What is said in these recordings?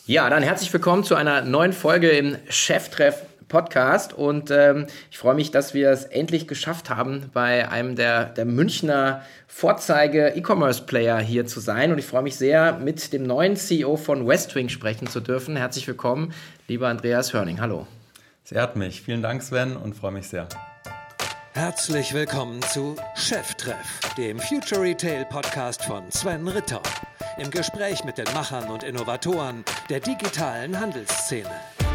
Ja, dann herzlich willkommen zu einer neuen Folge im Cheftreff Podcast und ich freue mich, dass wir es endlich geschafft haben, bei einem der Münchner Vorzeige-E-Commerce-Player hier zu sein und ich freue mich sehr, mit dem neuen CEO von Westwing sprechen zu dürfen. Herzlich willkommen, lieber Andreas Hörning. Hallo. Es ehrt mich. Vielen Dank, Sven, und freue mich sehr. Herzlich willkommen zu Cheftreff, dem Future Retail Podcast von Sven Ritter. Im Gespräch mit den Machern und Innovatoren der digitalen Handelsszene.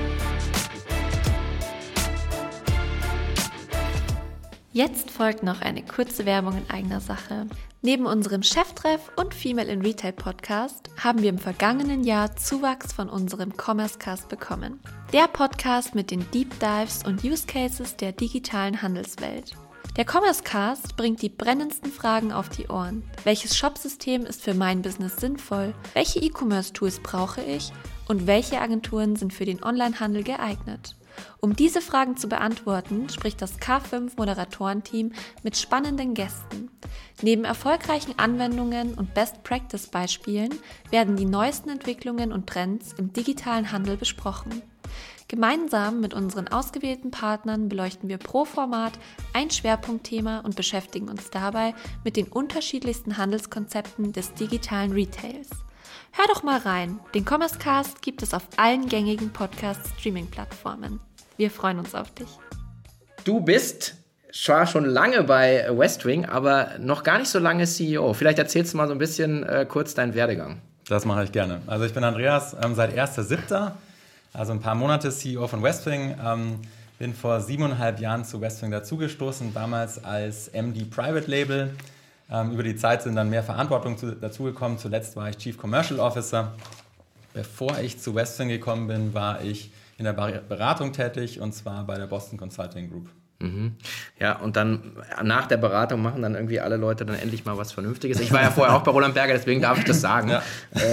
Jetzt folgt noch eine kurze Werbung in eigener Sache. Neben unserem Cheftreff und Female in Retail Podcast haben wir im vergangenen Jahr Zuwachs von unserem Commerce Cast bekommen. Der Podcast mit den Deep Dives und Use Cases der digitalen Handelswelt. Der Commerce Cast bringt die brennendsten Fragen auf die Ohren. Welches Shopsystem ist für mein Business sinnvoll? Welche E-Commerce-Tools brauche ich? Und welche Agenturen sind für den Onlinehandel geeignet? Um diese Fragen zu beantworten, spricht das K5-Moderatorenteam mit spannenden Gästen. Neben erfolgreichen Anwendungen und Best-Practice-Beispielen werden die neuesten Entwicklungen und Trends im digitalen Handel besprochen. Gemeinsam mit unseren ausgewählten Partnern beleuchten wir pro Format ein Schwerpunktthema und beschäftigen uns dabei mit den unterschiedlichsten Handelskonzepten des digitalen Retails. Hör doch mal rein, den Commerce Cast gibt es auf allen gängigen Podcast-Streaming-Plattformen. Wir freuen uns auf dich. Du bist zwar schon lange bei Westwing, aber noch gar nicht so lange CEO. Vielleicht erzählst du mal so ein bisschen kurz deinen Werdegang. Das mache ich gerne. Also ich bin Andreas, seit 1.7., also ein paar Monate CEO von Westwing. Bin vor 7,5 Jahren zu Westwing dazugestoßen, damals als MD Private Label. Über die Zeit sind dann mehr Verantwortung dazugekommen. Zuletzt war ich Chief Commercial Officer. Bevor ich zu Westwing gekommen bin, war ich in der Beratung tätig, und zwar bei der Boston Consulting Group. Mhm. Ja, und dann nach der Beratung machen dann irgendwie alle Leute dann endlich mal was Vernünftiges. Ich war ja vorher auch bei Roland Berger, deswegen darf ich das sagen. Ja.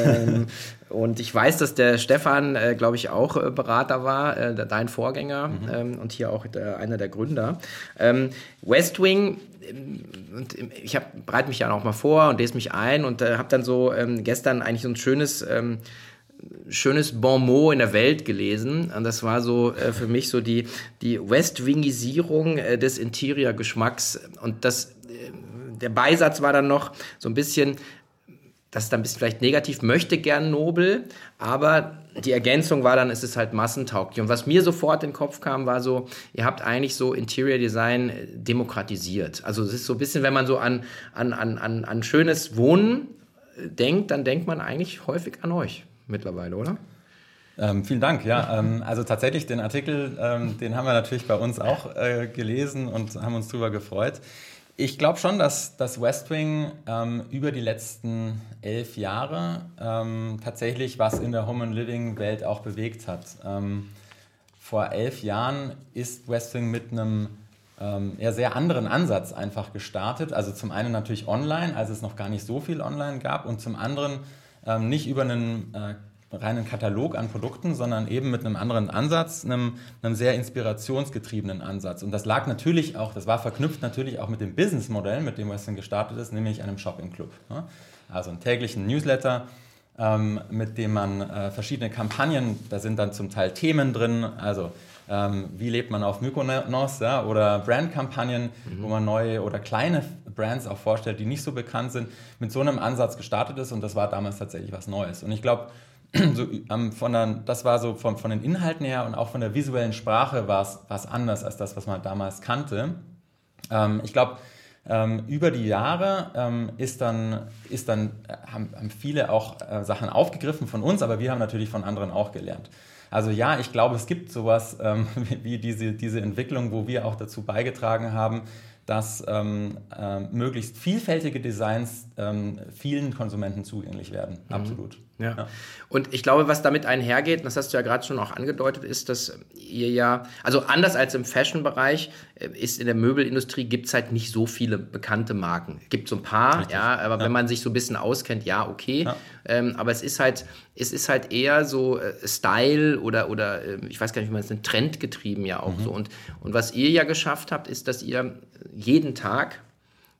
Und ich weiß, dass der Stefan, glaube ich, auch Berater war, dein Vorgänger, und hier auch einer der Gründer. Westwing, und ich bereite mich ja auch mal vor und lese mich ein und habe dann so gestern eigentlich so ein schönes Bon mot in der Welt gelesen. Und das war so für mich so die Westwingisierung des Interior-Geschmacks. Und der Beisatz war dann noch so ein bisschen, das ist dann ein bisschen vielleicht negativ, möchte gern nobel, aber die Ergänzung war dann, es ist halt massentauglich. Und was mir sofort in den Kopf kam, war so, ihr habt eigentlich so Interior Design demokratisiert. Also es ist so ein bisschen, wenn man so an schönes Wohnen denkt, dann denkt man eigentlich häufig an euch mittlerweile, oder? Vielen Dank, ja. Also tatsächlich den Artikel, den haben wir natürlich bei uns auch gelesen und haben uns darüber gefreut. Ich glaube schon, dass das Westwing über die letzten 11 Jahre tatsächlich was in der Home and Living Welt auch bewegt hat. Vor 11 Jahren ist Westwing mit einem sehr anderen Ansatz einfach gestartet. Also zum einen natürlich online, als es noch gar nicht so viel online gab, und zum anderen nicht über einen reinen Katalog an Produkten, sondern eben mit einem anderen Ansatz, einem sehr inspirationsgetriebenen Ansatz. Und das lag natürlich auch, das war verknüpft natürlich auch mit dem Businessmodell, mit dem Westwing gestartet ist, nämlich einem Shopping-Club. Also einen täglichen Newsletter, mit dem man verschiedene Kampagnen, da sind dann zum Teil Themen drin, also wie lebt man auf Mykonos, ja, oder Brandkampagnen, wo man neue oder kleine Brands auch vorstellt, die nicht so bekannt sind, mit so einem Ansatz gestartet ist, und das war damals tatsächlich was Neues. Und ich glaube, das war so von den Inhalten her und auch von der visuellen Sprache war es anders als das, was man damals kannte. Ich glaube, über die Jahre haben viele auch Sachen aufgegriffen von uns, aber wir haben natürlich von anderen auch gelernt. Also ja, ich glaube, es gibt sowas wie diese Entwicklung, wo wir auch dazu beigetragen haben, dass möglichst vielfältige Designs vielen Konsumenten zugänglich werden. Absolut. Ja. Und ich glaube, was damit einhergeht, und das hast du ja gerade schon auch angedeutet, ist, dass ihr ja, also anders als im Fashion-Bereich, ist in der Möbelindustrie, gibt es halt nicht so viele bekannte Marken. Es gibt so ein paar, richtig, ja, aber wenn man sich so ein bisschen auskennt, ja, okay. Ja. Aber es ist halt eher so Style oder ich weiß gar nicht, wie man es nennt, trendgetrieben ja auch so. Und was ihr ja geschafft habt, ist, dass ihr jeden Tag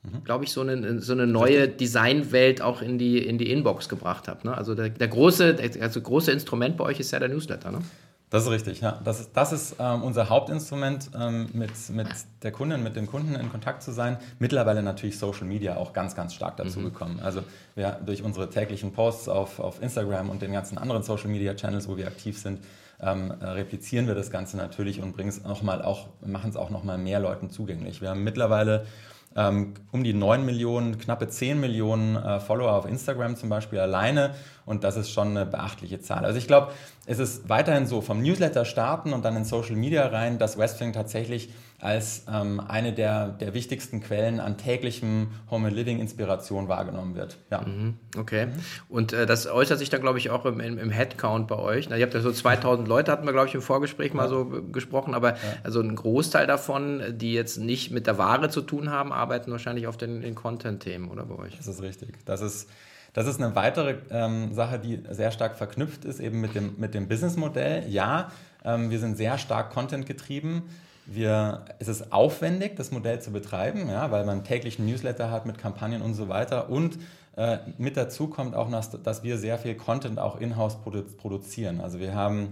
glaube ich, so eine neue Designwelt auch in die Inbox gebracht habt. Ne? Also das große Instrument bei euch ist ja der Newsletter, ne? Das ist richtig, ja. Das ist unser Hauptinstrument, mit der Kundin, mit dem Kunden in Kontakt zu sein. Mittlerweile natürlich Social Media auch ganz, ganz stark dazu gekommen. Also wir durch unsere täglichen Posts auf Instagram und den ganzen anderen Social Media Channels, wo wir aktiv sind, replizieren wir das Ganze natürlich und machen es auch noch mal mehr Leuten zugänglich. Wir haben mittlerweile um die 9 Millionen, knappe 10 Millionen Follower auf Instagram zum Beispiel alleine und das ist schon eine beachtliche Zahl. Also ich glaube, es ist weiterhin so, vom Newsletter starten und dann in Social Media rein, dass Westwing tatsächlich als eine der wichtigsten Quellen an täglichem Home and Living Inspiration wahrgenommen wird. Ja. Okay. Und das äußert sich dann, glaube ich, auch im Headcount bei euch. Ihr habt ja so 2000 Leute, hatten wir, glaube ich, im Vorgespräch mal so gesprochen, aber also ein Großteil davon, die jetzt nicht mit der Ware zu tun haben, arbeiten wahrscheinlich auf den Content-Themen, oder bei euch? Das ist richtig. Das ist eine weitere Sache, die sehr stark verknüpft ist, eben mit dem Businessmodell. Ja, wir sind sehr stark Content getrieben. Es ist aufwendig, das Modell zu betreiben, ja, weil man täglich einen Newsletter hat mit Kampagnen und so weiter. Und mit dazu kommt auch, dass wir sehr viel Content auch in-house produzieren. Also wir haben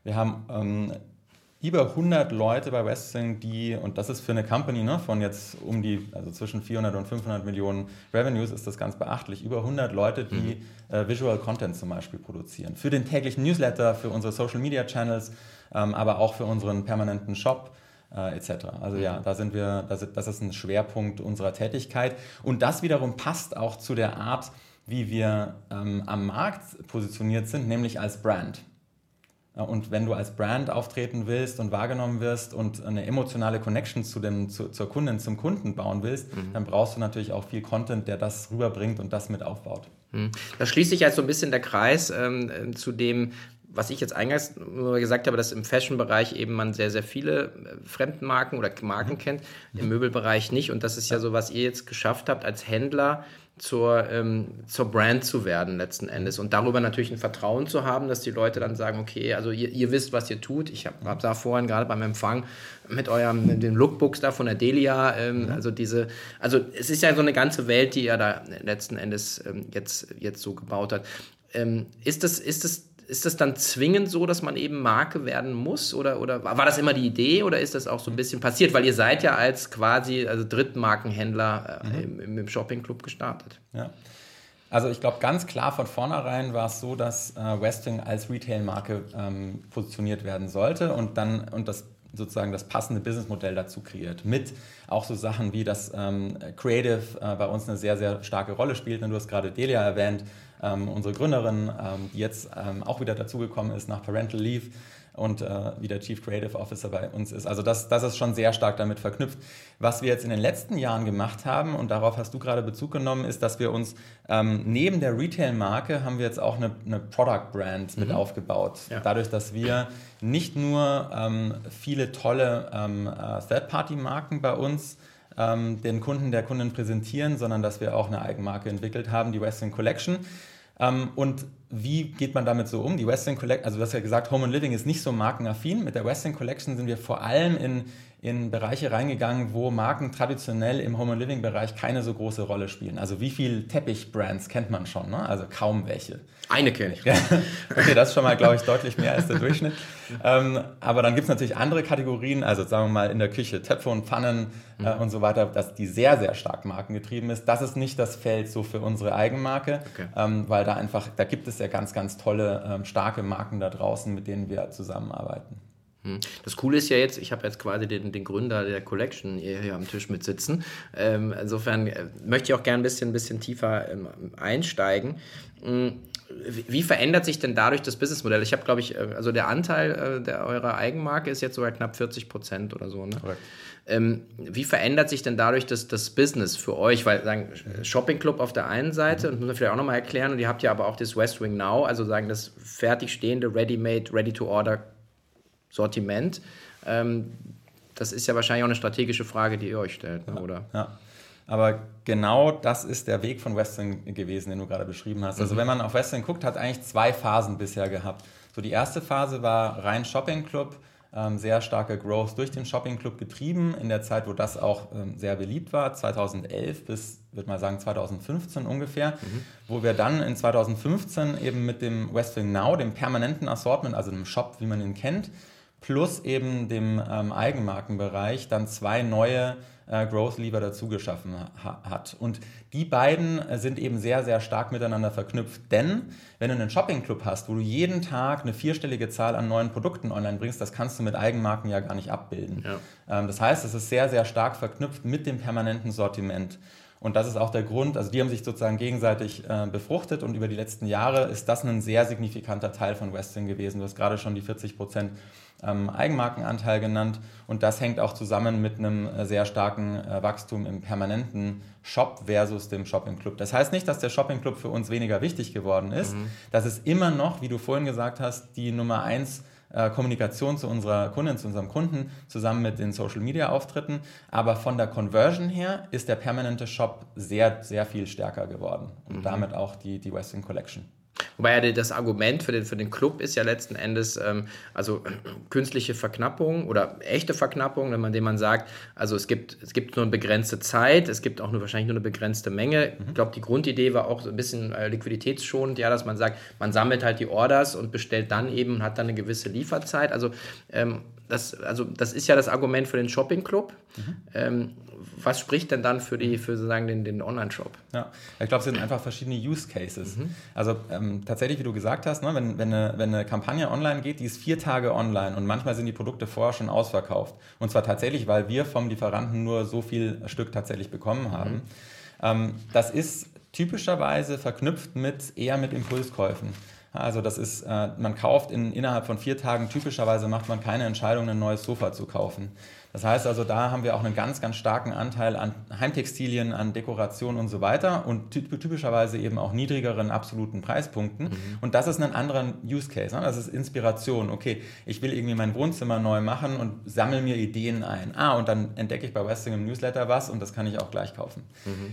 über 100 Leute bei Westwing, und das ist für eine Company, ne, von jetzt also zwischen 400 und 500 Millionen Revenues ist das ganz beachtlich, über 100 Leute, die Visual Content zum Beispiel produzieren. Für den täglichen Newsletter, für unsere Social Media Channels, aber auch für unseren permanenten Shop etc. Also ja, das ist ein Schwerpunkt unserer Tätigkeit und das wiederum passt auch zu der Art, wie wir am Markt positioniert sind, nämlich als Brand. Und wenn du als Brand auftreten willst und wahrgenommen wirst und eine emotionale Connection zur Kundin, zum Kunden bauen willst, dann brauchst du natürlich auch viel Content, der das rüberbringt und das mit aufbaut. Da schließt sich jetzt so ein bisschen der Kreis zu dem, was ich jetzt eingangs nur gesagt habe, dass im Fashion-Bereich eben man sehr, sehr viele Fremdmarken oder Marken kennt, im Möbelbereich nicht. Und das ist ja so, was ihr jetzt geschafft habt, als Händler zur Brand zu werden letzten Endes und darüber natürlich ein Vertrauen zu haben, dass die Leute dann sagen, okay, also ihr wisst, was ihr tut. Ich hab da vorhin gerade beim Empfang mit den Lookbooks da von der Delia, also es ist ja so eine ganze Welt, die ihr da letzten Endes jetzt so gebaut hat. Ist das dann zwingend so, dass man eben Marke werden muss? Oder war das immer die Idee oder ist das auch so ein bisschen passiert? Weil ihr seid ja als quasi Drittmarkenhändler im Shopping-Club gestartet. Ja. Also ich glaube, ganz klar von vornherein war es so, dass Westwing als Retail-Marke positioniert werden sollte und das sozusagen das passende Businessmodell dazu kreiert. Mit auch so Sachen wie, dass Creative bei uns eine sehr, sehr starke Rolle spielt. Und du hast gerade Delia erwähnt, unsere Gründerin, die jetzt auch wieder dazugekommen ist nach Parental Leave und wieder Chief Creative Officer bei uns ist. Also das ist schon sehr stark damit verknüpft. Was wir jetzt in den letzten Jahren gemacht haben, und darauf hast du gerade Bezug genommen, ist, dass wir uns neben der Retail-Marke haben wir jetzt auch eine Product-Brand mit aufgebaut. Ja. Dadurch, dass wir nicht nur viele tolle Third-Party-Marken bei uns den Kunden, der Kundin präsentieren, sondern dass wir auch eine Eigenmarke entwickelt haben, die Westwing Collection. Und wie geht man damit so um? Die Westwing Collection, also du hast ja gesagt, Home and Living ist nicht so markenaffin. Mit der Westwing Collection sind wir vor allem in Bereiche reingegangen, wo Marken traditionell im Home and Living Bereich keine so große Rolle spielen. Also wie viele Teppichbrands kennt man schon? Ne? Also kaum welche. Eine kenne ich. Okay, das ist schon mal, glaube ich, deutlich mehr als der Durchschnitt. Aber dann gibt es natürlich andere Kategorien, also sagen wir mal in der Küche, Töpfe und Pfannen und so weiter, dass die sehr, sehr stark markengetrieben ist. Das ist nicht das Feld so für unsere Eigenmarke, weil da gibt es ja ganz, ganz tolle, starke Marken da draußen, mit denen wir zusammenarbeiten. Das Coole ist ja jetzt, ich habe jetzt quasi den Gründer der Collection hier am Tisch mit sitzen. Insofern möchte ich auch gerne ein bisschen tiefer einsteigen. Wie verändert sich denn dadurch das Businessmodell? Ich habe, glaube ich, also der Anteil eurer Eigenmarke ist jetzt sogar knapp 40% oder so. Ne? Korrekt. Wie verändert sich denn dadurch das Business für euch? Weil sagen Shopping Club auf der einen Seite, und muss man vielleicht auch nochmal erklären, und ihr habt ja aber auch das Westwing Now, also sagen das fertigstehende, ready-made, ready-to-order Sortiment. Das ist ja wahrscheinlich auch eine strategische Frage, die ihr euch stellt, ne? Oder? Ja. Aber genau das ist der Weg von Westwing gewesen, den du gerade beschrieben hast. Also wenn man auf Westwing guckt, hat eigentlich 2 Phasen bisher gehabt. So die erste Phase war rein Shopping Club, sehr starke Growth durch den Shopping Club getrieben, in der Zeit, wo das auch sehr beliebt war, 2011 bis, würde mal sagen, 2015 ungefähr, wo wir dann in 2015 eben mit dem Westwing Now, dem permanenten Assortment, also dem Shop, wie man ihn kennt, plus eben dem Eigenmarkenbereich dann 2 neue Growth Lever dazu geschaffen hat. Und die beiden sind eben sehr, sehr stark miteinander verknüpft. Denn wenn du einen Shopping-Club hast, wo du jeden Tag eine 4-stellige Zahl an neuen Produkten online bringst, das kannst du mit Eigenmarken ja gar nicht abbilden. Ja. Das heißt, es ist sehr, sehr stark verknüpft mit dem permanenten Sortiment. Und das ist auch der Grund, also die haben sich sozusagen gegenseitig befruchtet und über die letzten Jahre ist das ein sehr signifikanter Teil von Westwing gewesen. Du hast gerade schon die 40% Eigenmarkenanteil genannt und das hängt auch zusammen mit einem sehr starken Wachstum im permanenten Shop versus dem Shopping Club. Das heißt nicht, dass der Shopping Club für uns weniger wichtig geworden ist. Das ist immer noch, wie du vorhin gesagt hast, die Nummer 1 Kommunikation zu unserer Kundin, zu unserem Kunden, zusammen mit den Social-Media-Auftritten. Aber von der Conversion her ist der permanente Shop sehr, sehr viel stärker geworden. Und damit auch die Westwing Collection. Wobei ja das Argument für den Club ist ja letzten Endes also künstliche Verknappung oder echte Verknappung, indem man sagt, also es gibt nur eine begrenzte Zeit, es gibt auch wahrscheinlich nur eine begrenzte Menge. Ich glaube, die Grundidee war auch so ein bisschen liquiditätsschonend, ja, dass man sagt, man sammelt halt die Orders und bestellt dann eben und hat dann eine gewisse Lieferzeit. Also das ist ja das Argument für den Shopping Club. Was spricht denn dann für sozusagen den Online-Shop? Ja, ich glaube, es sind einfach verschiedene Use Cases. Also tatsächlich, wie du gesagt hast, ne, wenn eine Kampagne online geht, die ist 4 Tage online und manchmal sind die Produkte vorher schon ausverkauft. Und zwar tatsächlich, weil wir vom Lieferanten nur so viel Stück tatsächlich bekommen haben. Das ist typischerweise verknüpft eher mit Impulskäufen. Also das ist, man kauft innerhalb von 4 Tagen, typischerweise macht man keine Entscheidung, ein neues Sofa zu kaufen. Das heißt also, da haben wir auch einen ganz, ganz starken Anteil an Heimtextilien, an Dekoration und so weiter und typischerweise eben auch niedrigeren absoluten Preispunkten. Und das ist ein anderer Use Case. Ne? Das ist Inspiration. Okay, ich will irgendwie mein Wohnzimmer neu machen und sammle mir Ideen ein. Und dann entdecke ich bei Westwing im Newsletter was und das kann ich auch gleich kaufen.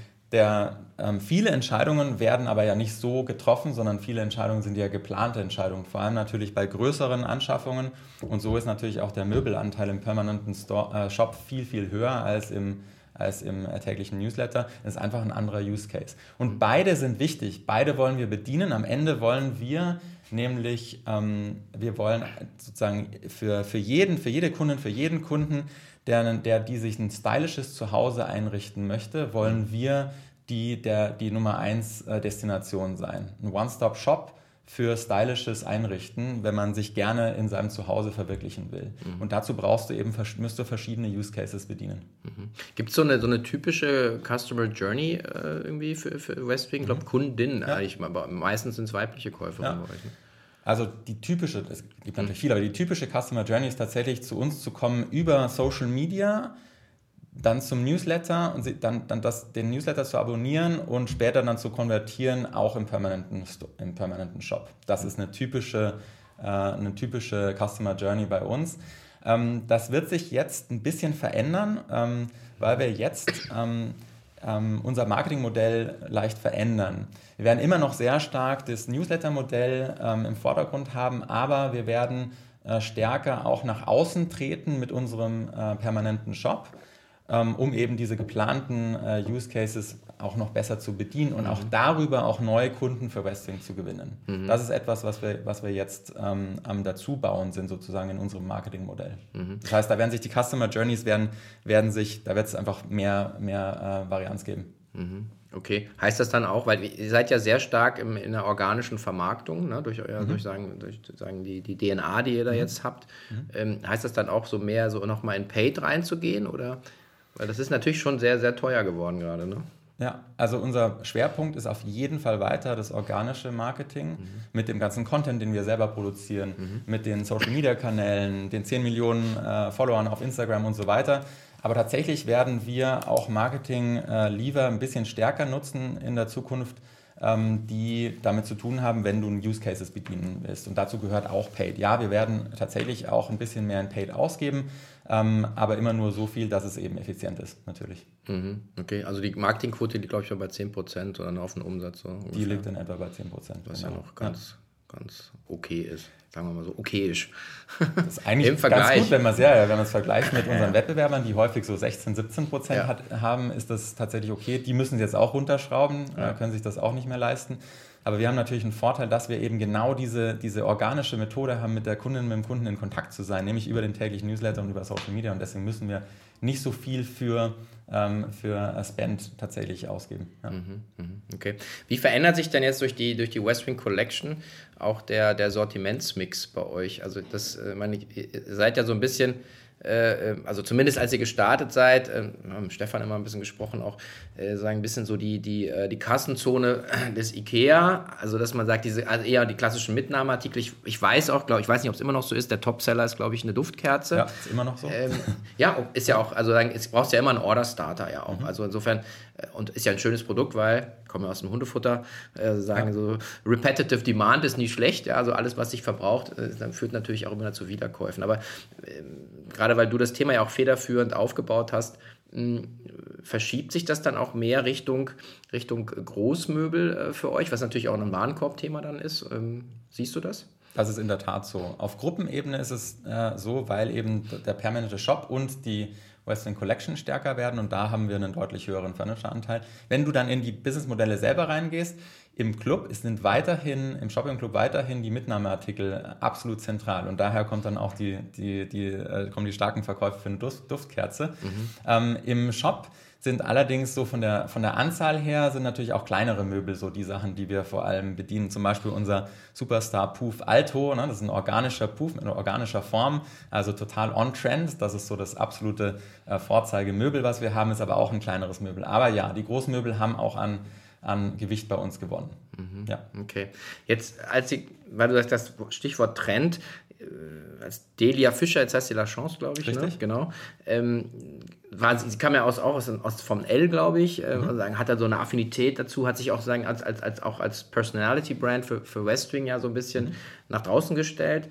Viele Entscheidungen werden aber ja nicht so getroffen, sondern viele Entscheidungen sind ja geplante Entscheidungen, vor allem natürlich bei größeren Anschaffungen und so ist natürlich auch der Möbelanteil im permanenten Shop viel, viel höher als im täglichen Newsletter. Das ist einfach ein anderer Use Case. Und beide sind wichtig, beide wollen wir bedienen. Am Ende wollen wir nämlich, wir wollen sozusagen für jede Kundin, für jeden Kunden, die sich ein stylisches Zuhause einrichten möchte, wollen wir die Nummer 1 Destination sein. Ein One-Stop-Shop für stylisches Einrichten, wenn man sich gerne in seinem Zuhause verwirklichen will. Und dazu müsst du verschiedene Use Cases bedienen. Gibt es so eine typische Customer Journey irgendwie für Westwing? Ich glaube, Kundin eigentlich, aber meistens sind es weibliche Käuferinnen bei euch. Ne? Also es gibt natürlich viele, aber die typische Customer Journey ist tatsächlich zu uns zu kommen über Social Media, dann zum Newsletter und dann den Newsletter zu abonnieren und später dann zu konvertieren, auch im permanenten Shop. Das ist eine typische Customer Journey bei uns. Das wird sich jetzt ein bisschen verändern, weil wir jetzt unser Marketingmodell leicht verändern. Wir werden immer noch sehr stark das Newsletter-Modell im Vordergrund haben, aber wir werden stärker auch nach außen treten mit unserem permanenten Shop, um eben diese geplanten Use Cases auch noch besser zu bedienen und auch darüber auch neue Kunden für Westwing zu gewinnen. Das ist etwas, was wir jetzt am Dazubauen sind, sozusagen in unserem Marketingmodell. Das heißt, da werden sich die Customer Journeys, da wird es einfach mehr Varianz geben. Okay. Heißt das dann auch, weil ihr seid ja sehr stark in der organischen Vermarktung, ne, durch die DNA, die ihr da jetzt habt. Heißt das dann auch so mehr so nochmal in Paid reinzugehen? Oder? Weil das ist natürlich schon sehr, sehr teuer geworden gerade, ne? Ja, also unser Schwerpunkt ist auf jeden Fall weiter das organische Marketing mit dem ganzen Content, den wir selber produzieren, mit den Social-Media-Kanälen, den 10 Millionen Followern auf Instagram und so weiter. Aber tatsächlich werden wir auch Marketing-Lever ein bisschen stärker nutzen in der Zukunft, die damit zu tun haben, wenn du Use Cases bedienen willst. Und dazu gehört auch Paid. Ja, wir werden tatsächlich auch ein bisschen mehr in Paid ausgeben, aber immer nur so viel, dass es eben effizient ist, natürlich. Okay, also die Marketingquote liegt, glaube ich, bei 10% oder auf den Umsatz. So die liegt in etwa bei 10%. Was ja noch ganz okay ist. sagen wir mal so, okayisch. Das ist eigentlich ganz gut, wenn man es vergleicht mit unseren Wettbewerbern, die häufig so 16-17% haben, ist das tatsächlich okay. Die müssen jetzt auch runterschrauben, können sich das auch nicht mehr leisten. Aber wir haben natürlich einen Vorteil, dass wir eben genau diese organische Methode haben, mit der Kundin, mit dem Kunden in Kontakt zu sein, nämlich über den täglichen Newsletter und über Social Media. Und deswegen müssen wir nicht so viel für Spend tatsächlich ausgeben. Ja. Okay. Wie verändert sich denn jetzt durch die Westwing Collection auch der Sortimentsmix bei euch? Also ihr seid ja so ein bisschen, also zumindest als ihr gestartet seid, wir haben mit Stefan immer ein bisschen gesprochen, auch sagen ein bisschen so die Kassenzone des IKEA, also dass man sagt, also eher die klassischen Mitnahmeartikel. Ich weiß nicht, ob es immer noch so ist, der Topseller ist, glaube ich, eine Duftkerze. Ja, ist immer noch so. Ist ja auch, also es brauchst ja immer einen Order-Starter ja auch. Also insofern, und ist ja ein schönes Produkt, weil, ich komme ja aus dem Hundefutter, so Repetitive Demand ist nie schlecht, ja, also alles, was sich verbraucht, dann führt natürlich auch immer zu Wiederkäufen. Aber gerade weil du das Thema ja auch federführend aufgebaut hast, verschiebt sich das dann auch mehr Richtung Großmöbel für euch, was natürlich auch ein Warenkorb-Thema dann ist. Siehst du das? Das ist in der Tat so. Auf Gruppenebene ist es so, weil eben der permanente Shop und die Westwing Collection stärker werden und da haben wir einen deutlich höheren Furniture-Anteil. Wenn du dann in die Businessmodelle selber reingehst, im Club im Shopping-Club weiterhin die Mitnahmeartikel absolut zentral und daher kommt dann auch kommen die starken Verkäufe für eine Duftkerze. Im Shop sind allerdings so von der Anzahl her sind natürlich auch kleinere Möbel so die Sachen, die wir vor allem bedienen. Zum Beispiel unser Superstar Pouf Alto, ne? Das ist ein organischer Pouf mit einer organischer Form, also total on-trend. Das ist so das absolute Vorzeigemöbel, was wir haben, ist aber auch ein kleineres Möbel. Aber ja, die Großmöbel haben auch an Gewicht bei uns gewonnen. Ja. Okay. Jetzt, weil du sagst, das Stichwort Trend, als Delia Fischer, jetzt heißt sie La Chance, glaube ich. Richtig. Ne? Genau. Sie kam ja auch vom L, glaube ich, hat da so eine Affinität dazu, hat sich auch als Personality-Brand für Westwing ja so ein bisschen nach draußen gestellt.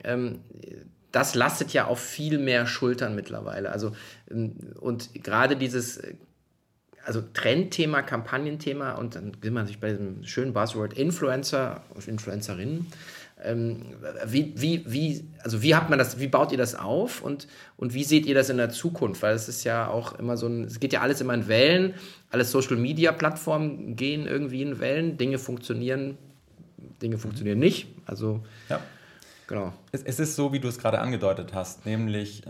Das lastet ja auf viel mehr Schultern mittlerweile. Also, und gerade dieses Trendthema, Kampagnenthema und dann sind man sich bei diesem schönen Buzzword Influencer und Influencerinnen. Wie baut ihr das auf und wie seht ihr das in der Zukunft? Weil es ist ja auch immer es geht ja alles immer in Wellen, alle Social-Media-Plattformen gehen irgendwie in Wellen, Dinge funktionieren nicht, also ja. Genau. Es ist so, wie du es gerade angedeutet hast, nämlich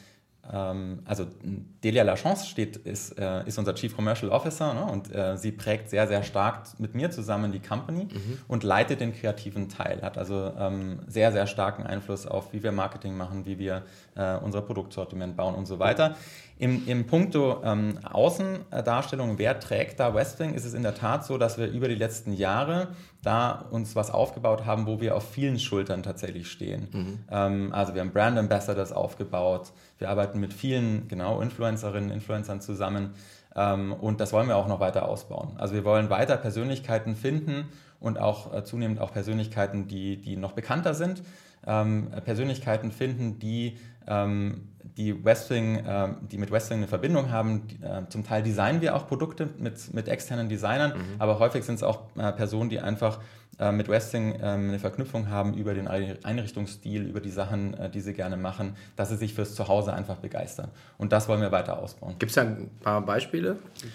Delia La Chance ist unser Chief Commercial Officer, ne? Und sie prägt sehr, sehr stark mit mir zusammen die Company und leitet den kreativen Teil, hat also sehr, sehr starken Einfluss auf, wie wir Marketing machen, wie wir unser Produktsortiment bauen und so weiter. Im Puncto Außendarstellung, wer trägt da Westwing, ist es in der Tat so, dass wir über die letzten Jahre da uns was aufgebaut haben, wo wir auf vielen Schultern tatsächlich stehen. Also wir haben Brand Ambassadors aufgebaut, wir arbeiten mit vielen Influencerinnen, Influencern zusammen und das wollen wir auch noch weiter ausbauen. Also wir wollen weiter Persönlichkeiten finden und auch zunehmend auch Persönlichkeiten, die noch bekannter sind, Persönlichkeiten finden, die mit Westwing eine Verbindung haben. Zum Teil designen wir auch Produkte mit externen Designern, aber häufig sind es auch Personen, die einfach mit Westwing eine Verknüpfung haben über den Einrichtungsstil, über die Sachen, die sie gerne machen, dass sie sich fürs Zuhause einfach begeistern. Und das wollen wir weiter ausbauen. Gibt es da ein paar Beispiele?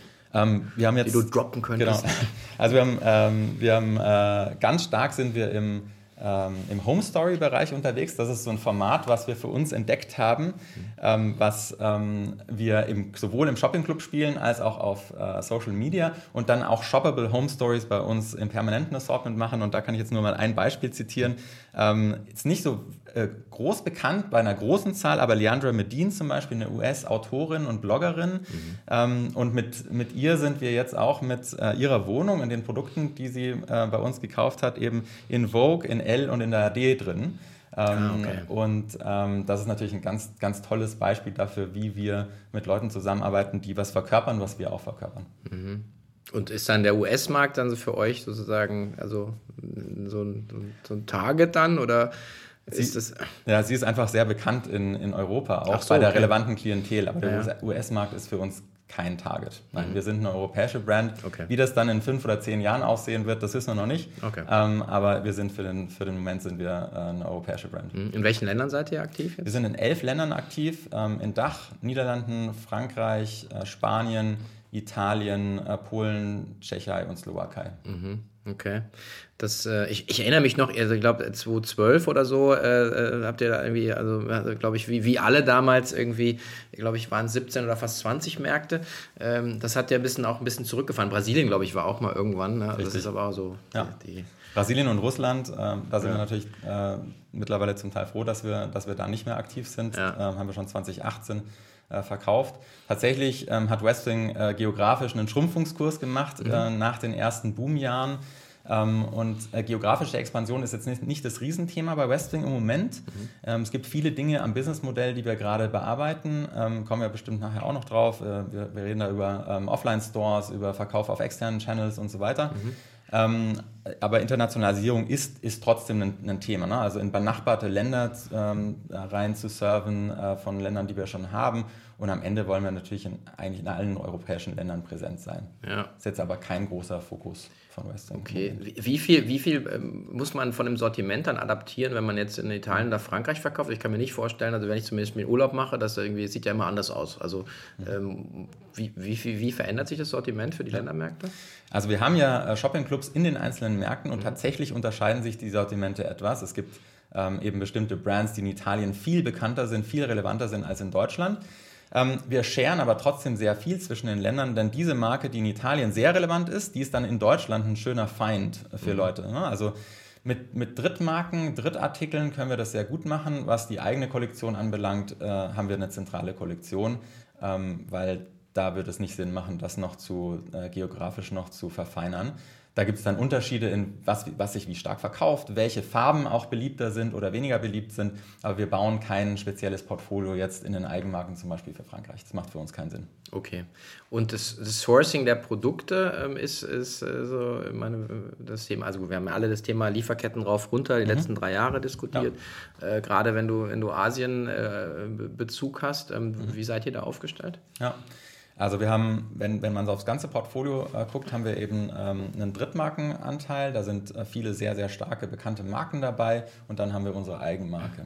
Wir haben jetzt, die du droppen könntest? Genau. Also wir haben ganz stark sind wir im Home Story Bereich unterwegs. Das ist so ein Format, was wir für uns entdeckt haben, was wir sowohl im Shopping Club spielen als auch auf Social Media und dann auch shoppable Home Stories bei uns im permanenten Assortment machen. Und da kann ich jetzt nur mal ein Beispiel zitieren. Ist nicht so groß bekannt bei einer großen Zahl, aber Leandra Medin zum Beispiel, eine US-Autorin und Bloggerin. Und mit ihr sind wir jetzt auch mit ihrer Wohnung in den Produkten, die sie bei uns gekauft hat, eben in Vogue, in Elle und in der AD drin. Okay. Und das ist natürlich ein ganz, ganz tolles Beispiel dafür, wie wir mit Leuten zusammenarbeiten, die was verkörpern, was wir auch verkörpern. Und ist dann der US-Markt dann so für euch sozusagen also so ein Target dann oder ist das? Ja, sie ist einfach sehr bekannt in Europa, auch so, bei der relevanten Klientel. Aber der US-Markt ist für uns kein Target. Nein, wir sind eine europäische Brand. Okay. Wie das dann in 5 oder 10 Jahren aussehen wird, das wissen wir noch nicht. Okay. Aber wir sind für den Moment sind wir eine europäische Brand. In welchen Ländern seid ihr aktiv jetzt? Wir sind in 11 Ländern aktiv, in Dach, Niederlanden, Frankreich, Spanien, Italien, Polen, Tschechei und Slowakei. Okay. Ich erinnere mich noch, also ich glaube 2012 oder so habt ihr da irgendwie, also glaube ich, wie alle damals irgendwie, glaube ich, waren 17 oder fast 20 Märkte. Das hat ja auch ein bisschen zurückgefahren. Brasilien, glaube ich, war auch mal irgendwann. Ne? Das ist aber auch so. Ja. Brasilien und Russland, da sind wir natürlich mittlerweile zum Teil froh, dass wir da nicht mehr aktiv sind. Haben wir schon 2018 verkauft. Tatsächlich hat Westwing geografisch einen Schrumpfungskurs gemacht nach den ersten Boomjahren. Und geografische Expansion ist jetzt nicht das Riesenthema bei Westwing im Moment. Es gibt viele Dinge am Businessmodell, die wir gerade bearbeiten. Kommen wir bestimmt nachher auch noch drauf. Wir reden da über Offline-Stores, über Verkauf auf externen Channels und so weiter. Aber Internationalisierung ist trotzdem ein Thema. Ne? Also in benachbarte Länder rein zu serven von Ländern, die wir schon haben. Und am Ende wollen wir natürlich eigentlich in allen europäischen Ländern präsent sein. Ja. Ist jetzt aber kein großer Fokus von Westwing. Okay. Wie viel muss man von dem Sortiment dann adaptieren, wenn man jetzt in Italien oder Frankreich verkauft? Ich kann mir nicht vorstellen, also wenn ich zumindest mir Urlaub mache, das irgendwie sieht ja immer anders aus. Also wie verändert sich das Sortiment für die Ländermärkte? Also wir haben ja Shoppingclubs in den einzelnen Märkten und tatsächlich unterscheiden sich die Sortimente etwas. Es gibt eben bestimmte Brands, die in Italien viel bekannter sind, viel relevanter sind als in Deutschland. Wir scheren aber trotzdem sehr viel zwischen den Ländern, denn diese Marke, die in Italien sehr relevant ist, die ist dann in Deutschland ein schöner Feind für Leute. Ne? Also mit Drittmarken, Drittartikeln können wir das sehr gut machen. Was die eigene Kollektion anbelangt, haben wir eine zentrale Kollektion, weil da wird es nicht Sinn machen, das noch geografisch noch zu verfeinern. Da gibt es dann Unterschiede in was sich wie stark verkauft, welche Farben auch beliebter sind oder weniger beliebt sind. Aber wir bauen kein spezielles Portfolio jetzt in den Eigenmarken, zum Beispiel für Frankreich. Das macht für uns keinen Sinn. Okay. Und das Sourcing der Produkte ist so das Thema. Also wir haben ja alle das Thema Lieferketten rauf runter die letzten 3 Jahre diskutiert. Ja. Gerade wenn du Asien Bezug hast, wie seid ihr da aufgestellt? Ja. Also wir haben, wenn man so aufs ganze Portfolio guckt, haben wir eben einen Drittmarkenanteil. Da sind viele sehr, sehr starke, bekannte Marken dabei und dann haben wir unsere Eigenmarke.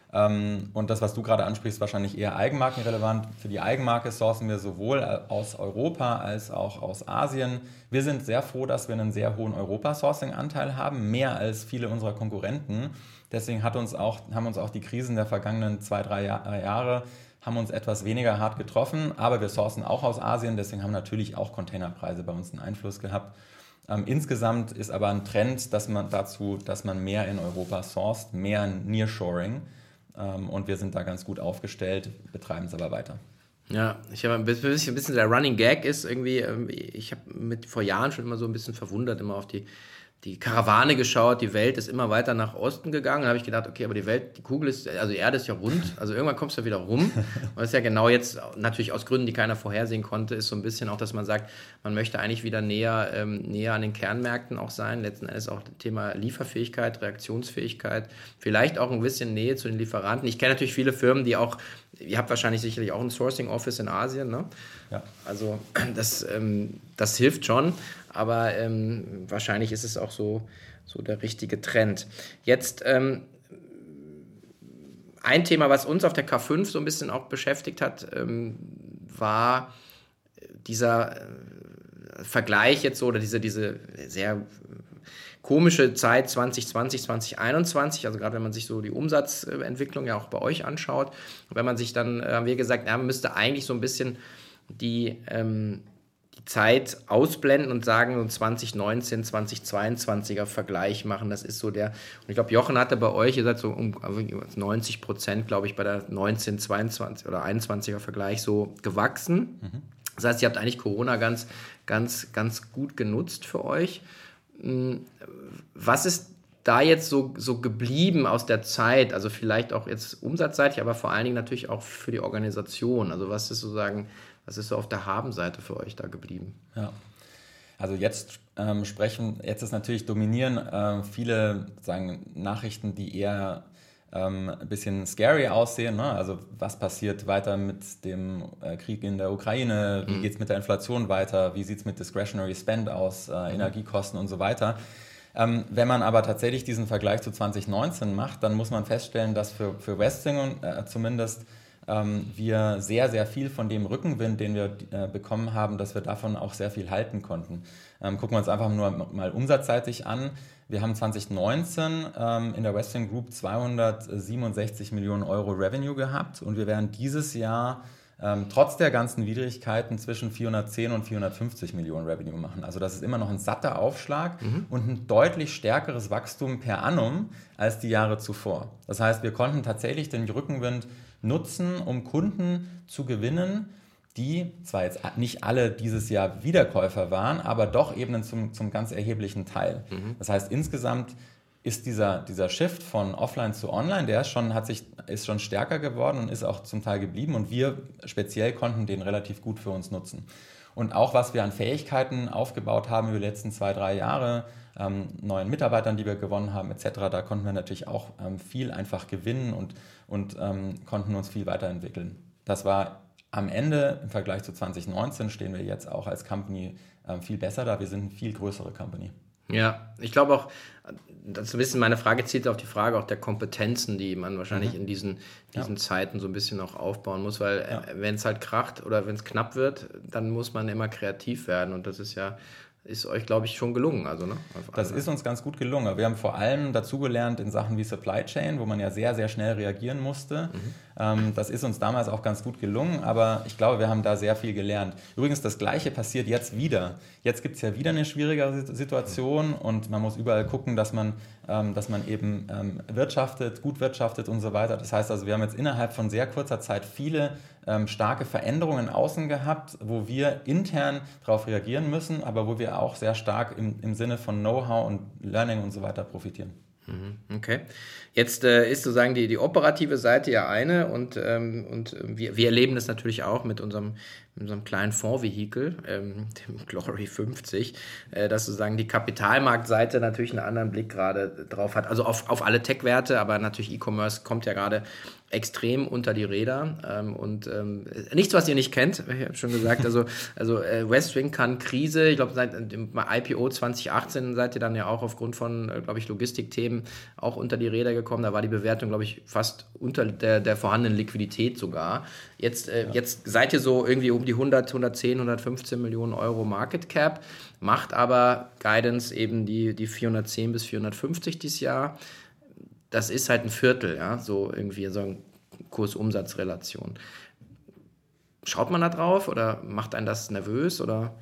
Und das, was du gerade ansprichst, wahrscheinlich eher eigenmarkenrelevant. Für die Eigenmarke sourcen wir sowohl aus Europa als auch aus Asien. Wir sind sehr froh, dass wir einen sehr hohen Europa-Sourcing-Anteil haben, mehr als viele unserer Konkurrenten. Deswegen haben uns auch die Krisen der vergangenen 2-3 Jahre haben uns etwas weniger hart getroffen, aber wir sourcen auch aus Asien, deswegen haben natürlich auch Containerpreise bei uns einen Einfluss gehabt. Insgesamt ist aber ein Trend, dass man mehr in Europa sourced, mehr Nearshoring, und wir sind da ganz gut aufgestellt, betreiben es aber weiter. Ja, ich habe ein bisschen der Running Gag ist irgendwie, ich habe vor Jahren schon immer so ein bisschen verwundert immer auf die Karawane geschaut, die Welt ist immer weiter nach Osten gegangen. Da habe ich gedacht, okay, aber die Erde ist ja rund, also irgendwann kommst du wieder rum. Und das ist ja genau jetzt, natürlich aus Gründen, die keiner vorhersehen konnte, ist so ein bisschen auch, dass man sagt, man möchte eigentlich wieder näher an den Kernmärkten auch sein. Letzten Endes auch das Thema Lieferfähigkeit, Reaktionsfähigkeit, vielleicht auch ein bisschen Nähe zu den Lieferanten. Ich kenne natürlich viele Firmen, die auch, ihr habt wahrscheinlich sicherlich auch ein Sourcing-Office in Asien, ne? Ja. Also das hilft schon. Aber wahrscheinlich ist es auch so der richtige Trend. Jetzt ein Thema, was uns auf der K5 so ein bisschen auch beschäftigt hat, war dieser Vergleich jetzt so, oder diese sehr komische Zeit 2020, 2021, also gerade wenn man sich so die Umsatzentwicklung ja auch bei euch anschaut, wenn man sich dann, haben wir gesagt, man müsste eigentlich so ein bisschen die Zeit ausblenden und sagen, so 2019, 2022er Vergleich machen, das ist so und ich glaube, Jochen hatte bei euch, ihr seid so um 90%, glaube ich, bei der 19, 22 oder 21er Vergleich so gewachsen. Das heißt, ihr habt eigentlich Corona ganz, ganz, ganz gut genutzt für euch. Was ist da jetzt so geblieben aus der Zeit, also vielleicht auch jetzt umsatzseitig, aber vor allen Dingen natürlich auch für die Organisation, also was ist so auf der Habenseite für euch da geblieben? Ja, also jetzt ist natürlich dominieren viele Nachrichten, die eher ein bisschen scary aussehen. Ne? Also was passiert weiter mit dem Krieg in der Ukraine? Wie geht es mit der Inflation weiter? Wie sieht es mit Discretionary Spend aus? Energiekosten und so weiter. Wenn man aber tatsächlich diesen Vergleich zu 2019 macht, dann muss man feststellen, dass für Westwing zumindest wir sehr, sehr viel von dem Rückenwind, den wir bekommen haben, dass wir davon auch sehr viel halten konnten. Gucken wir uns einfach nur mal umsatzseitig an. Wir haben 2019 in der Westwing Group 267 Millionen Euro Revenue gehabt und wir werden dieses Jahr trotz der ganzen Widrigkeiten zwischen 410 und 450 Millionen Revenue machen. Also das ist immer noch ein satter Aufschlag und ein deutlich stärkeres Wachstum per annum als die Jahre zuvor. Das heißt, wir konnten tatsächlich den Rückenwind nutzen, um Kunden zu gewinnen, die zwar jetzt nicht alle dieses Jahr Wiederkäufer waren, aber doch eben zum ganz erheblichen Teil. Das heißt, insgesamt ist dieser Shift von Offline zu Online, ist schon stärker geworden und ist auch zum Teil geblieben und wir speziell konnten den relativ gut für uns nutzen. Und auch was wir an Fähigkeiten aufgebaut haben über die letzten 2-3 Jahre, neuen Mitarbeitern, die wir gewonnen haben etc., da konnten wir natürlich auch viel einfach gewinnen und konnten uns viel weiterentwickeln. Das war am Ende, im Vergleich zu 2019, stehen wir jetzt auch als Company viel besser da. Wir sind eine viel größere Company. Ja, ich glaube auch, das ist ein bisschen meine Frage, zielt auf die Frage auch der Kompetenzen, die man wahrscheinlich in diesen Zeiten so ein bisschen auch aufbauen muss, weil wenn es halt kracht oder wenn es knapp wird, dann muss man immer kreativ werden und das ist euch, glaube ich, schon gelungen. Also, ne? Das ist uns ganz gut gelungen. Aber wir haben vor allem dazugelernt in Sachen wie Supply Chain, wo man ja sehr, sehr schnell reagieren musste. Das ist uns damals auch ganz gut gelungen, aber ich glaube, wir haben da sehr viel gelernt. Übrigens, das Gleiche passiert jetzt wieder. Jetzt gibt es ja wieder eine schwierigere Situation und man muss überall gucken, dass man eben gut wirtschaftet und so weiter. Das heißt also, wir haben jetzt innerhalb von sehr kurzer Zeit viele starke Veränderungen außen gehabt, wo wir intern darauf reagieren müssen, aber wo wir auch sehr stark im Sinne von Know-how und Learning und so weiter profitieren. Okay. Jetzt ist sozusagen die operative Seite ja eine und wir erleben das natürlich auch mit unserem kleinen Fondsvehikel, dem Glory 50, dass sozusagen die Kapitalmarktseite natürlich einen anderen Blick gerade drauf hat. Also auf alle Tech-Werte, aber natürlich E-Commerce kommt ja gerade extrem unter die Räder und nichts, was ihr nicht kennt, ich habe schon gesagt, also Westwing kann Krise, ich glaube seit dem IPO 2018 seid ihr dann ja auch aufgrund von, glaube ich, Logistikthemen auch unter die Räder gekommen, da war die Bewertung, glaube ich, fast unter der vorhandenen Liquidität sogar. Jetzt seid ihr so irgendwie um die 100, 110, 115 Millionen Euro Market Cap, macht aber Guidance eben die 410 bis 450 dieses Jahr. Das ist halt ein Viertel, ja, so irgendwie so eine Kurs-Umsatz-Relation. Schaut man da drauf oder macht einen das nervös oder?